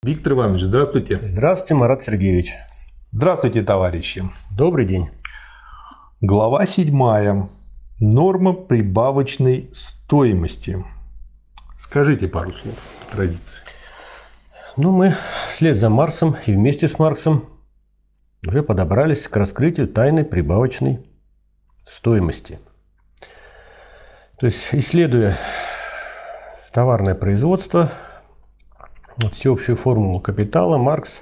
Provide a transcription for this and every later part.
Виктор Иванович, здравствуйте. Здравствуйте, Марат Сергеевич. Здравствуйте, товарищи. Добрый день. Глава 7. Норма прибавочной стоимости. Скажите пару слов по традиции. Мы вслед за Марксом и вместе с Марксом уже подобрались к раскрытию тайны прибавочной стоимости. То есть, исследуя товарное производство, всеобщую формулу капитала, Маркс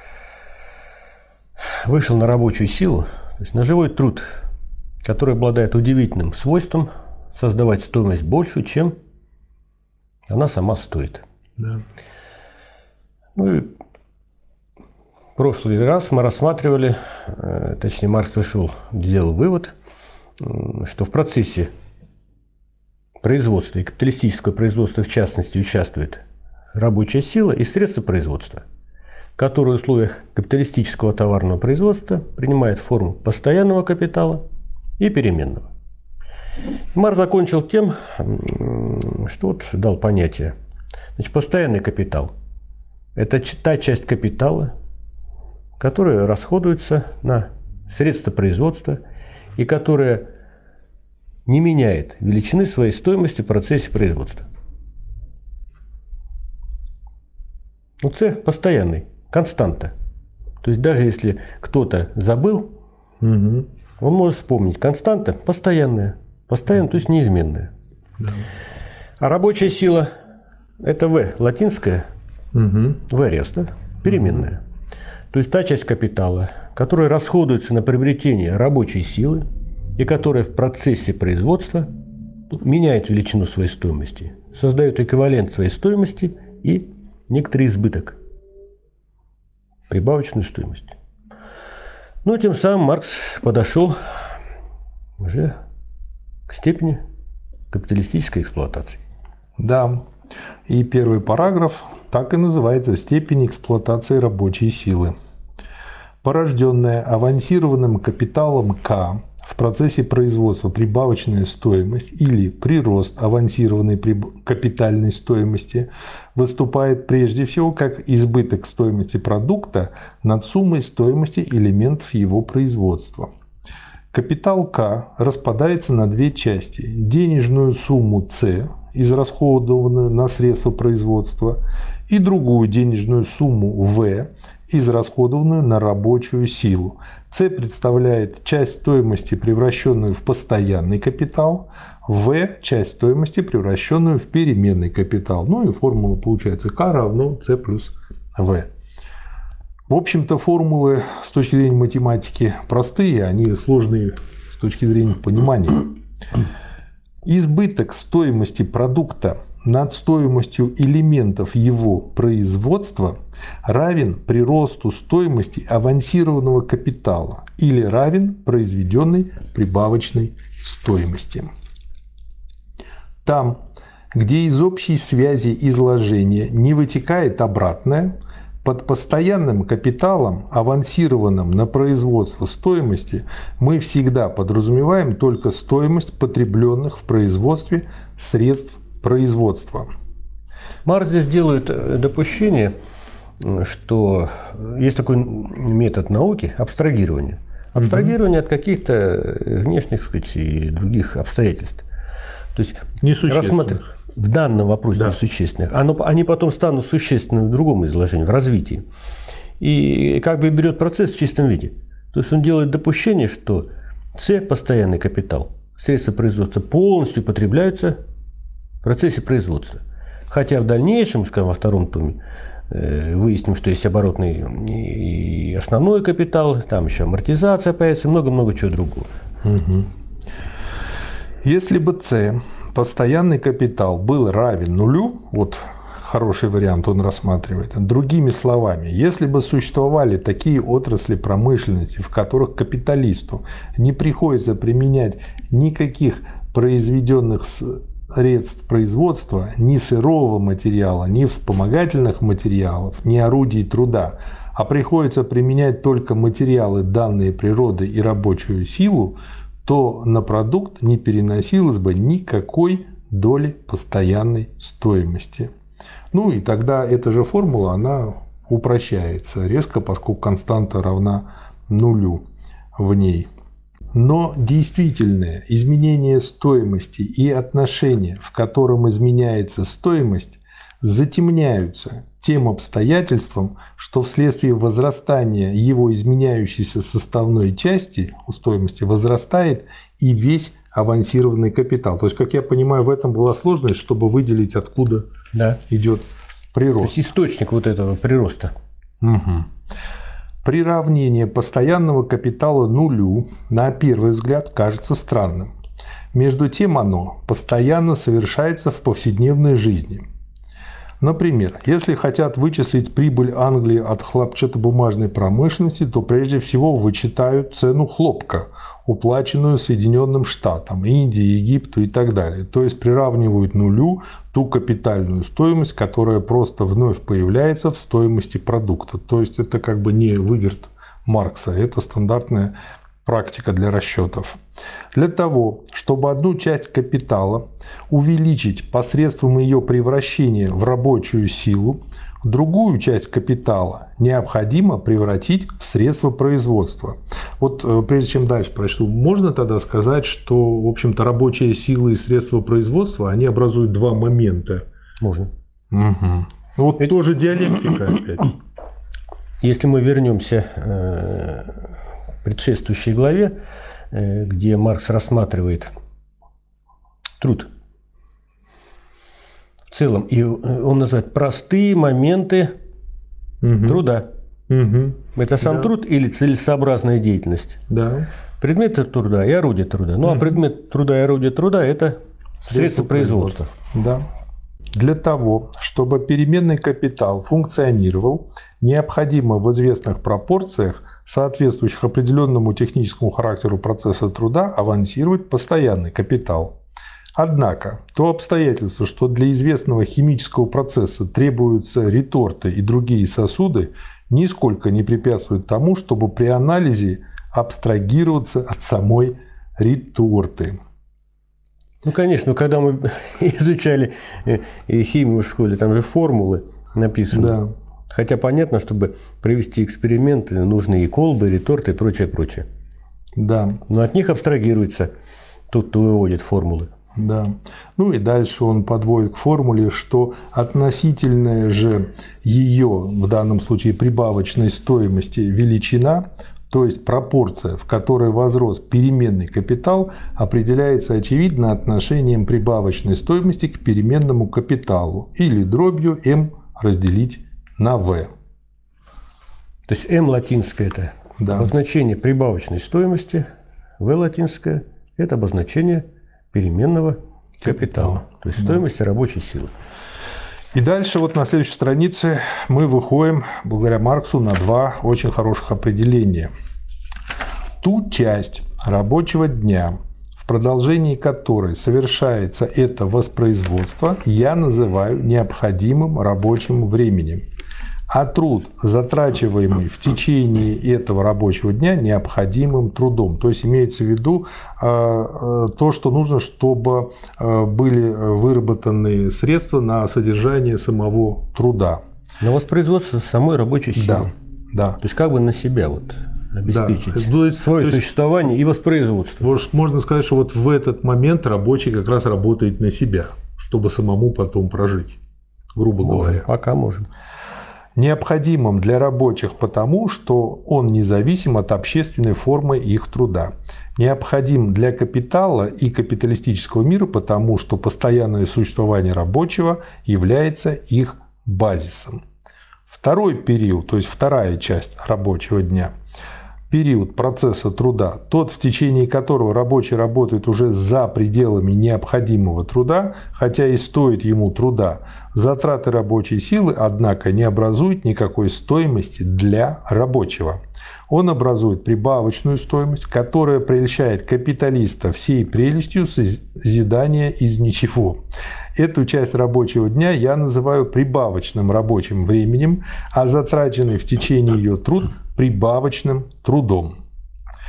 вышел на рабочую силу, то есть на живой труд, который обладает удивительным свойством создавать стоимость большую, чем она сама стоит. Да. И в прошлый раз мы рассматривали, точнее Маркс сделал вывод, что в процессе производства и капиталистического производства в частности участвует рабочая сила и средства производства, которые в условиях капиталистического товарного производства принимают форму постоянного капитала и переменного. Маркс закончил тем, что дал понятие. Постоянный капитал – это та часть капитала, которая расходуется на средства производства и которая не меняет величины своей стоимости в процессе производства. С постоянный, константа. То есть даже если кто-то забыл, он может вспомнить. Константа постоянная. Постоянная, то есть неизменная. А рабочая сила – это В, латинская, ВРС, переменная. То есть та часть капитала, которая расходуется на приобретение рабочей силы и которая в процессе производства меняет величину своей стоимости, создает эквивалент своей стоимости и некоторый избыток, прибавочную стоимость. Тем самым Маркс подошел уже к степени капиталистической эксплуатации. Да, и первый параграф так и называется «Степень эксплуатации рабочей силы». Порожденная авансированным капиталом К в процессе производства прибавочная стоимость или прирост авансированной капитальной стоимости выступает прежде всего как избыток стоимости продукта над суммой стоимости элементов его производства. Капитал К распадается на две части – денежную сумму С, израсходованную на средства производства, и другую денежную сумму В, израсходованную на рабочую силу. С представляет часть стоимости, превращенную в постоянный капитал, В – часть стоимости, превращенную в переменный капитал. И формула получается К равно С плюс В. В общем-то, формулы с точки зрения математики простые, они сложные с точки зрения понимания. Избыток стоимости продукта над стоимостью элементов его производства равен приросту стоимости авансированного капитала или равен произведенной прибавочной стоимости. Там, где из общей связи изложения не вытекает обратное, под постоянным капиталом, авансированным на производство стоимости, мы всегда подразумеваем только стоимость потребленных в производстве средств производства. Маркс здесь делает допущение, что есть такой метод науки – абстрагирование. Абстрагирование от каких-то внешних, и других обстоятельств. То есть несущественных. В данном вопросе несущественных. Они потом станут существенными в другом изложении, в развитии. И берет процесс в чистом виде. То есть он делает допущение, что С, постоянный капитал, средства производства полностью потребляются в процессе производства. Хотя в дальнейшем, во втором томе, выясним, что есть оборотный и основной капитал, там еще амортизация появится, много-много чего другого. Если бы С, постоянный капитал, был равен нулю, хороший вариант он рассматривает. Другими словами, если бы существовали такие отрасли промышленности, в которых капиталисту не приходится применять никаких произведенных средств производства, ни сырого материала, ни вспомогательных материалов, ни орудий труда, а приходится применять только материалы, данные природой и рабочую силу, то на продукт не переносилось бы никакой доли постоянной стоимости. И тогда эта же формула, она упрощается резко, поскольку константа равна нулю в ней. Но действительное изменение стоимости и отношения, в котором изменяется стоимость, затемняются тем обстоятельством, что вследствие возрастания его изменяющейся составной части у стоимости возрастает и весь авансированный капитал. То есть, как я понимаю, в этом была сложность, чтобы выделить, откуда идет прирост. То есть источник вот этого прироста. Угу. Приравнение постоянного капитала нулю на первый взгляд кажется странным. Между тем оно постоянно совершается в повседневной жизни. Например, если хотят вычислить прибыль Англии от хлопчатобумажной промышленности, то прежде всего вычитают цену хлопка, уплаченную Соединенным Штатам, Индии, Египту и так далее. То есть приравнивают нулю ту капитальную стоимость, которая просто вновь появляется в стоимости продукта. То есть это как бы не выверт Маркса, это стандартная практика для расчетов. Для того, чтобы одну часть капитала увеличить посредством ее превращения в рабочую силу, другую часть капитала необходимо превратить в средства производства. Вот прежде чем дальше прочту, можно тогда сказать, что, в общем-то, рабочая сила и средства производства, они образуют два момента? Можно. Угу. Вот это тоже диалектика опять. Если мы вернемся к предшествующей главе, где Маркс рассматривает труд в целом, и он называет простые моменты труда. Это сам труд или целесообразная деятельность? Да. Предмет труда и орудие труда. Ну, а предмет труда и орудие труда – это средства производства. Да. Для того, чтобы переменный капитал функционировал, необходимо в известных пропорциях, соответствующих определенному техническому характеру процесса труда, авансировать постоянный капитал. Однако, то обстоятельство, что для известного химического процесса требуются реторты и другие сосуды, нисколько не препятствует тому, чтобы при анализе абстрагироваться от самой реторты. Ну, конечно, когда мы изучали химию в школе, там же формулы написаны. Да. Хотя понятно, чтобы провести эксперименты, нужны и колбы, и реторты, и прочее, прочее. Да. Но от них абстрагируется тот, кто выводит формулы. Да. Ну и дальше он подводит к формуле, что относительная же ее, в данном случае прибавочной стоимости, величина, то есть пропорция, в которой возрос переменный капитал, определяется очевидно отношением прибавочной стоимости к переменному капиталу или дробью m разделить на v. То есть m латинское – это обозначение прибавочной стоимости, v латинское – это обозначение переменного капитала, то есть стоимости рабочей силы. И дальше вот на следующей странице мы выходим, благодаря Марксу, на два очень хороших определения. Ту часть рабочего дня, в продолжении которой совершается это воспроизводство, я называю необходимым рабочим временем. А труд, затрачиваемый в течение этого рабочего дня, необходимым трудом. То есть имеется в виду то, что нужно, чтобы были выработаны средства на содержание самого труда. На воспроизводство самой рабочей силы. Да. То есть как бы на себя вот обеспечить свое существование и воспроизводство. Можно сказать, что вот в этот момент рабочий как раз работает на себя, чтобы самому потом прожить, грубо говоря. Пока можем. Необходимым для рабочих потому, что он независим от общественной формы их труда. Необходим для капитала и капиталистического мира потому, что постоянное существование рабочего является их базисом. Второй период, то есть вторая часть рабочего дня, период процесса труда, тот, в течение которого рабочий работает уже за пределами необходимого труда, хотя и стоит ему труда, затраты рабочей силы, однако, не образуют никакой стоимости для рабочего. Он образует прибавочную стоимость, которая прельщает капиталиста всей прелестью созидания из ничего. Эту часть рабочего дня я называю прибавочным рабочим временем, а затраченный в течение ее труд – прибавочным трудом.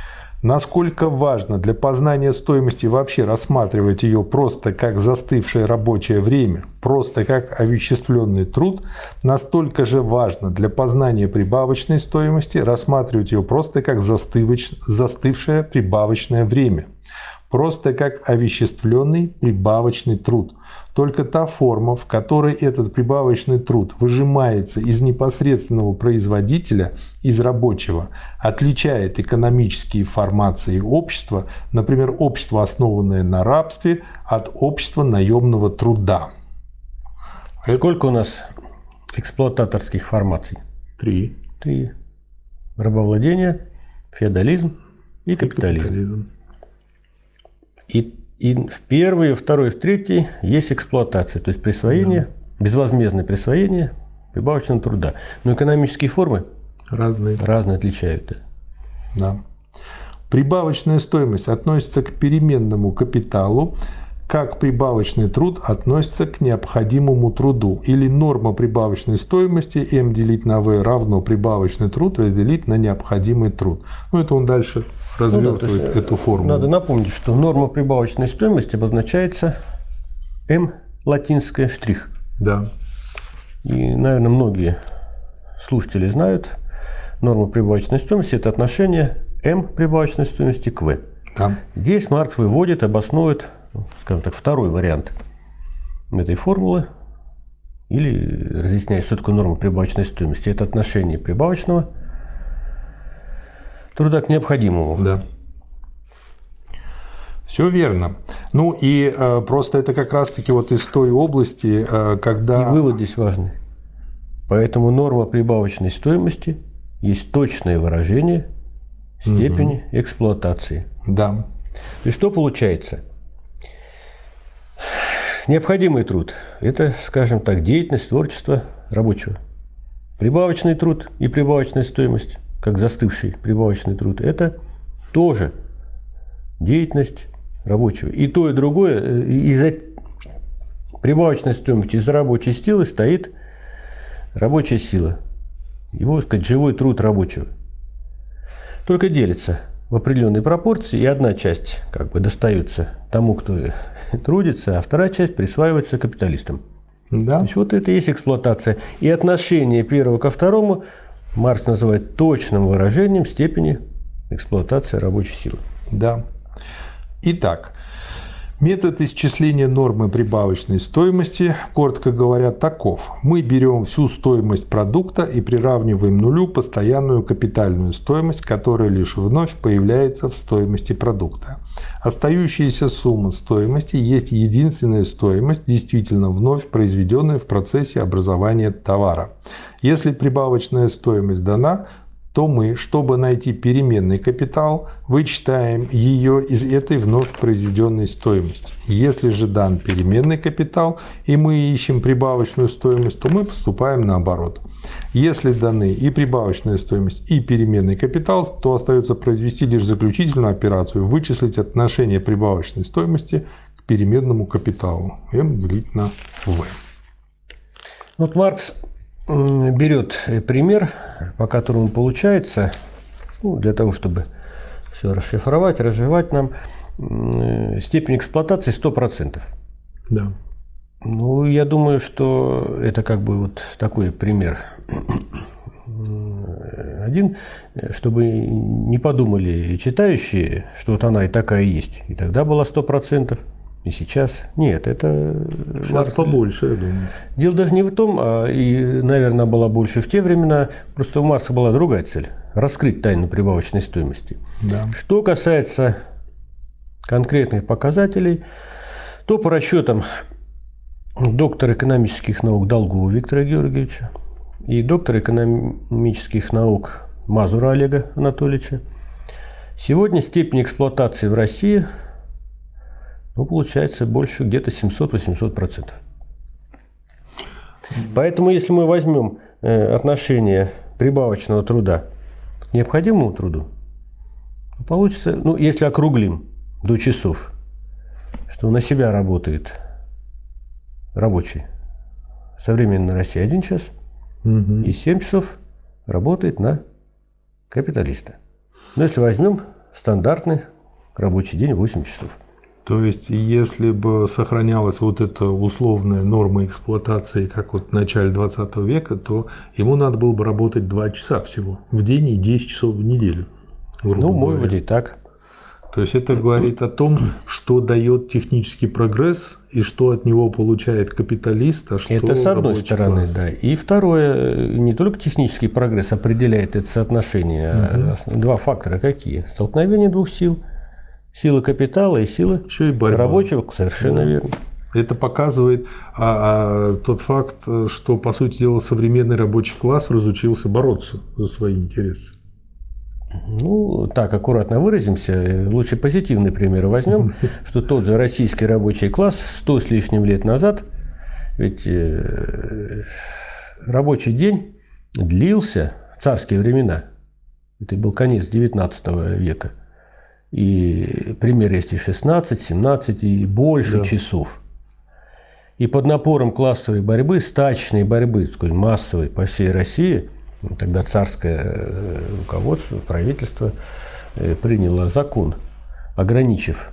Насколько важно для познания стоимости вообще рассматривать ее просто как застывшее рабочее время, просто как овеществленный труд, настолько же важно для познания прибавочной стоимости рассматривать ее просто как застывшее прибавочное время, просто как овеществленный прибавочный труд. Только та форма, в которой этот прибавочный труд выжимается из непосредственного производителя, из рабочего, отличает экономические формации общества, например, общество, основанное на рабстве, от общества наемного труда. Сколько у нас эксплуататорских формаций? 3. Рабовладение, феодализм и капитализм. И в первой, в второй, в третьей есть эксплуатация, то есть присвоение, безвозмездное присвоение прибавочного труда. Но экономические формы разные отличают. Да. Прибавочная стоимость относится к переменному капиталу, как прибавочный труд относится к необходимому труду. Или норма прибавочной стоимости m делить на v равно прибавочный труд разделить на необходимый труд. Это он дальше развертывает эту формулу. Надо напомнить, что норма прибавочной стоимости обозначается m латинское штрих. Да. И, наверное, многие слушатели знают, норма прибавочной стоимости – это отношение m прибавочной стоимости к v. Да. Здесь Маркс выводит, обоснует, скажем так, второй вариант этой формулы, или разъясняет, что такое норма прибавочной стоимости. Это отношение прибавочного труда к необходимому. Да. Все верно. И просто это как раз-таки вот из той области, когда... И вывод здесь важный. Поэтому норма прибавочной стоимости есть точное выражение степени эксплуатации. Да. И что получается? Необходимый труд – это, скажем так, деятельность, творчество рабочего. Прибавочный труд и прибавочная стоимость, как застывший прибавочный труд, это тоже деятельность рабочего. И то, и другое, из-за прибавочной стоимости, из-за рабочей силы стоит рабочая сила. Его, так сказать, живой труд рабочего. Только делится в определенной пропорции, и одна часть как бы достается тому, кто трудится, а вторая часть присваивается капиталистам. Да. То есть вот это и есть эксплуатация. И отношение первого ко второму Маркс называет точным выражением степени эксплуатации рабочей силы. Да. Итак, метод исчисления нормы прибавочной стоимости, коротко говоря, таков. Мы берем всю стоимость продукта и приравниваем нулю постоянную капитальную стоимость, которая лишь вновь появляется в стоимости продукта. Остающаяся сумма стоимости есть единственная стоимость, действительно вновь произведенная в процессе образования товара. Если прибавочная стоимость дана, то мы, чтобы найти переменный капитал, вычитаем ее из этой вновь произведенной стоимости. Если же дан переменный капитал, и мы ищем прибавочную стоимость, то мы поступаем наоборот. Если даны и прибавочная стоимость, и переменный капитал, то остается произвести лишь заключительную операцию, вычислить отношение прибавочной стоимости к переменному капиталу. m делить на v. Вот Маркс берет пример, по которому получается, для того, чтобы все расшифровать, разжевать нам, степень эксплуатации 100%. Да. Я думаю, что это как бы вот такой пример один, чтобы не подумали читающие, что вот она и такая есть. И тогда была 100%. И сейчас нет, это... Сейчас побольше, я думаю. Дело даже не в том, и, наверное, была больше в те времена, просто у Маркса была другая цель – раскрыть тайну прибавочной стоимости. Да. Что касается конкретных показателей, то по расчетам доктора экономических наук Долгова Виктора Георгиевича и доктора экономических наук Мазура Олега Анатольевича, сегодня степень эксплуатации в России получается больше где-то 700-800%. Поэтому, если мы возьмем отношение прибавочного труда к необходимому труду, получится, если округлим до часов, что на себя работает рабочий в современной России 1 час, и 7 часов работает на капиталиста. Но если возьмем стандартный рабочий день 8 часов. То есть, если бы сохранялась вот эта условная норма эксплуатации, как вот в начале 20 века, то ему надо было бы работать 2 часа всего в день и 10 часов в неделю. Ну, может быть и так. То есть, это говорит о том, что дает технический прогресс и что от него получает капиталист, а что это с одной рабочий стороны, класс. да. И второе, не только технический прогресс определяет это соотношение. Два фактора какие? Столкновение двух сил. Сила капитала и сила Еще и борьба. рабочего, совершенно верно. Это показывает тот факт, что, по сути дела, современный рабочий класс разучился бороться за свои интересы. Ну, так, аккуратно выразимся. Лучше позитивный пример возьмем, что тот же российский рабочий класс 100 с лишним лет назад, ведь рабочий день длился в царские времена. Это был конец 19 века. И пример есть и 16, 17 и больше часов. И под напором классовой борьбы, стачечной борьбы, такой массовой по всей России, тогда царское руководство, правительство приняло закон, ограничив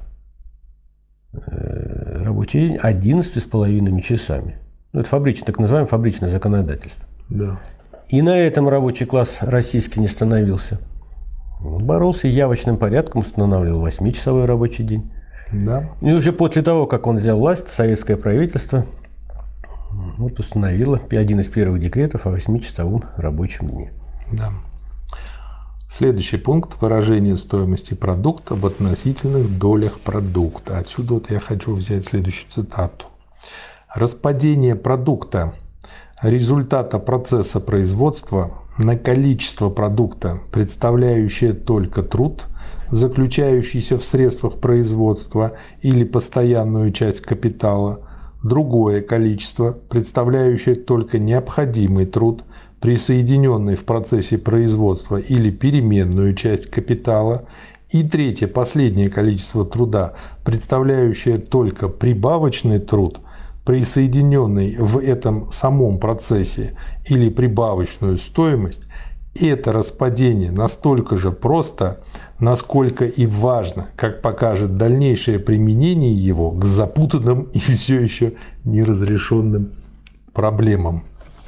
рабочий день 11,5 часами. Ну, это так называемое фабричное законодательство. Да. И на этом рабочий класс российский не становился. Он боролся явочным порядком, устанавливал 8-часовой рабочий день. Да. И уже после того, как он взял власть, советское правительство вот установило один из первых декретов о 8-часовом рабочем дне. Да. Следующий пункт – выражение стоимости продукта в относительных долях продукта. Отсюда вот я хочу взять следующую цитату. Распадение продукта, результата процесса производства на количество продукта, представляющее только труд, заключающийся в средствах производства или постоянную часть капитала, другое количество, представляющее только необходимый труд, присоединенный в процессе производства или переменную часть капитала, и третье, последнее количество труда, представляющее только прибавочный труд, присоединенный в этом самом процессе или прибавочную стоимость, это распадение настолько же просто, насколько и важно, как покажет дальнейшее применение его к запутанным и все еще неразрешенным проблемам.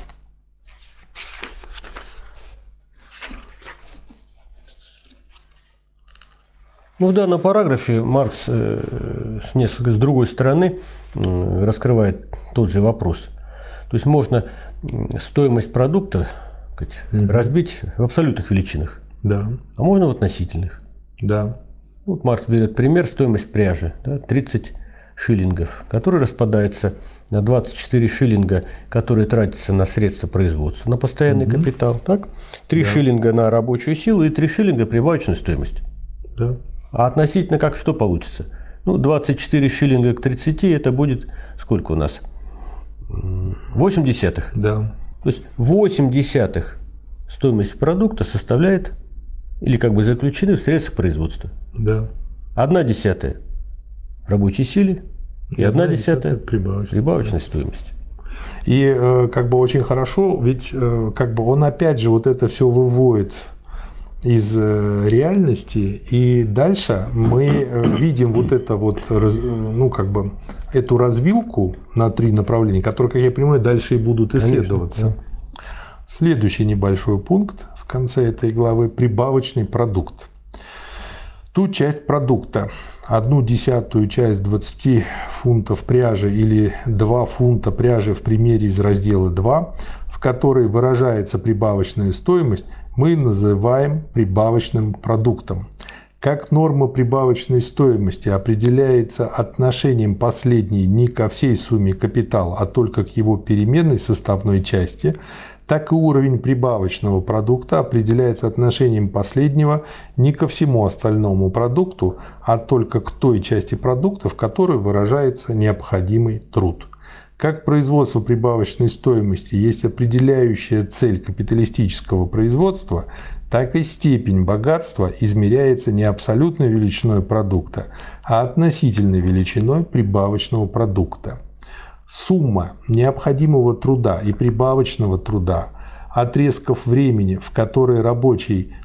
Ну, в данном параграфе Маркс несколько с другой стороны раскрывает тот же вопрос. То есть можно стоимость продукта разбить в абсолютных величинах, Да. а можно в относительных. Да. Вот Маркс берет пример стоимость пряжи, да, 30 шиллингов, который распадается на 24 шиллинга, которые тратятся на средства производства, на постоянный капитал. Так? 3 шиллинга на рабочую силу и 3 шиллинга прибавочную стоимость. Да. А относительно как что получится? Ну, 24 шиллинга к 30 это будет сколько у нас? 8 десятых. Да. То есть 8 десятых стоимость продукта составляет или как бы заключены в средствах производства. Да. 1 десятая в рабочей силе и 1 десятая прибавочной стоимости. И как бы очень хорошо, ведь как бы он опять же вот это все выводит из реальности, и дальше мы видим вот это вот, ну как бы эту развилку на 3 направления, которые, как я понимаю, дальше и будут исследоваться. Конечно, да. Следующий небольшой пункт в конце этой главы – прибавочный продукт. Ту часть продукта, 1/10 часть 20 фунтов пряжи или 2 фунта пряжи в примере из раздела 2, в которой выражается прибавочная стоимость, мы называем прибавочным продуктом. Как норма прибавочной стоимости определяется отношением последней не ко всей сумме капитала, а только к его переменной составной части, так и уровень прибавочного продукта определяется отношением последнего не ко всему остальному продукту, а только к той части продукта, в которой выражается необходимый труд. Как производство прибавочной стоимости есть определяющая цель капиталистического производства, так и степень богатства измеряется не абсолютной величиной продукта, а относительной величиной прибавочного продукта. Сумма необходимого труда и прибавочного труда, отрезков времени, в которые рабочий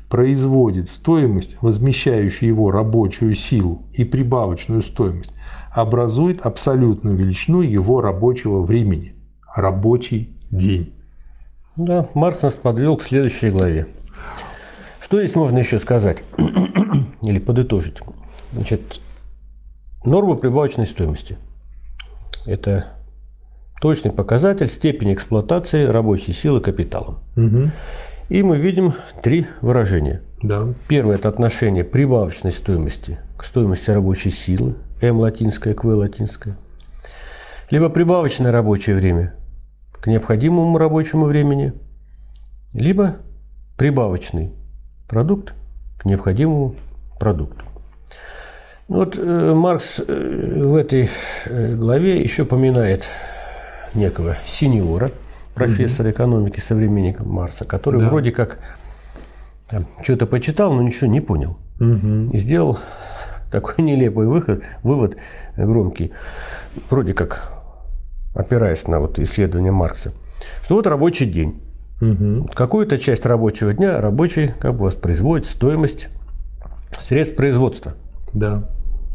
производит стоимость, возмещающую его рабочую силу, и прибавочную стоимость, образует абсолютную величину его рабочего времени – рабочий день. Да, Маркс нас подвел к следующей главе. Что здесь можно еще сказать или подытожить? Значит, норма прибавочной стоимости – это точный показатель степени эксплуатации рабочей силы капиталом. Угу. И мы видим три выражения. Да. Первое – это отношение прибавочной стоимости к стоимости рабочей силы, М латинская к В латинская. Либо прибавочное рабочее время к необходимому рабочему времени, либо прибавочный продукт к необходимому продукту. Вот Маркс в этой главе еще поминает некого сеньора, профессора экономики, современника Маркса, который вроде как что-то почитал, но ничего не понял. И сделал такой нелепый вывод громкий, вроде как опираясь на вот исследования Маркса, что вот рабочий день. Какую-то часть рабочего дня рабочий как бы воспроизводит стоимость средств производства. Да.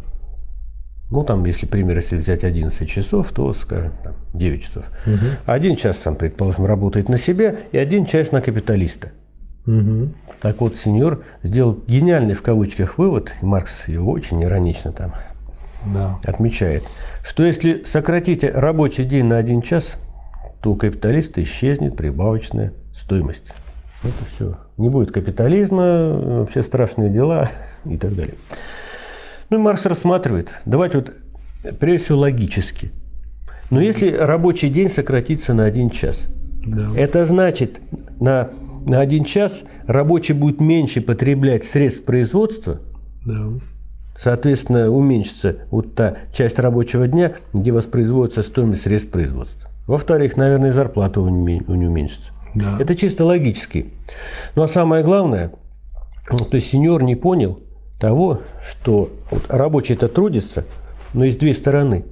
Ну, там, если, например, если взять 11 часов, то, скажем, там, 9 часов. 1 час, там, предположим, работает на себя, и 1 час на капиталиста. Так вот, сеньор сделал гениальный в кавычках вывод, и Маркс его очень иронично там отмечает, что если сократить рабочий день на 1 час, то у капиталиста исчезнет прибавочная стоимость. Это все. Не будет капитализма, вообще страшные дела и так далее. Ну и Маркс рассматривает, давайте вот прежде всего логически. Но если рабочий день сократится на 1 час, это значит, на 1 час рабочий будет меньше потреблять средств производства, соответственно, уменьшится вот та часть рабочего дня, где воспроизводится стоимость средств производства. Во-вторых, наверное, зарплата у него не уменьшится. Это чисто логически. Ну а самое главное, то есть сеньор не понял того, что вот рабочий-то трудится, но есть две стороны,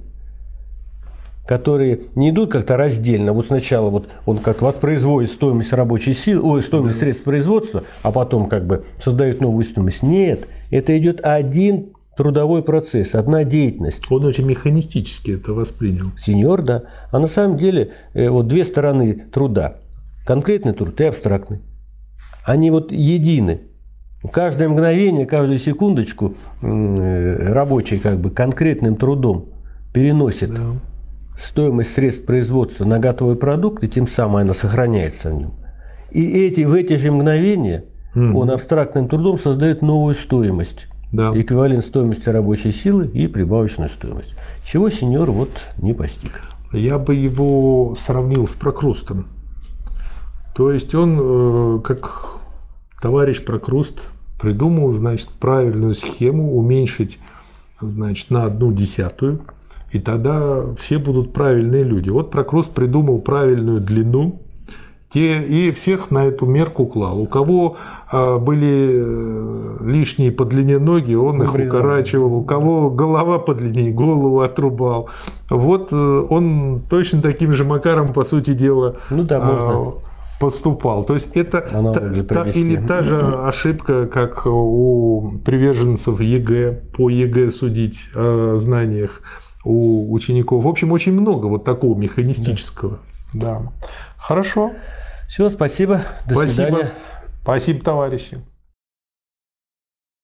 которые не идут как-то раздельно. Вот сначала вот он как воспроизводит стоимость рабочей силы, стоимость средств производства, а потом как бы создает новую стоимость. Нет, это идет один трудовой процесс, одна деятельность. Он очень механистически это воспринял. Сеньор, да. А на самом деле вот две стороны труда. Конкретный труд и абстрактный. Они вот едины. Каждое мгновение, каждую секундочку рабочий как бы конкретным трудом переносит стоимость средств производства на готовый продукт, и тем самым она сохраняется в нем. И в эти же мгновения он абстрактным трудом создает новую стоимость. Эквивалент стоимости рабочей силы и прибавочную стоимость. Чего сеньор вот не постиг. Я бы его сравнил с Прокрустом. То есть он, как товарищ Прокруст, придумал, значит, правильную схему уменьшить, значит, на 1/10, и тогда все будут правильные люди. Вот Прокруст придумал правильную длину, и всех на эту мерку клал. У кого были лишние по длине ноги, он их укорачивал. У кого голова по длине, голову отрубал. Вот он точно таким же макаром, по сути дела, поступал. То есть это та же ошибка, как у приверженцев ЕГЭ, по ЕГЭ судить о знаниях у учеников. В общем, очень много вот такого механистического. Хорошо. Все, спасибо. До свидания. Спасибо, товарищи.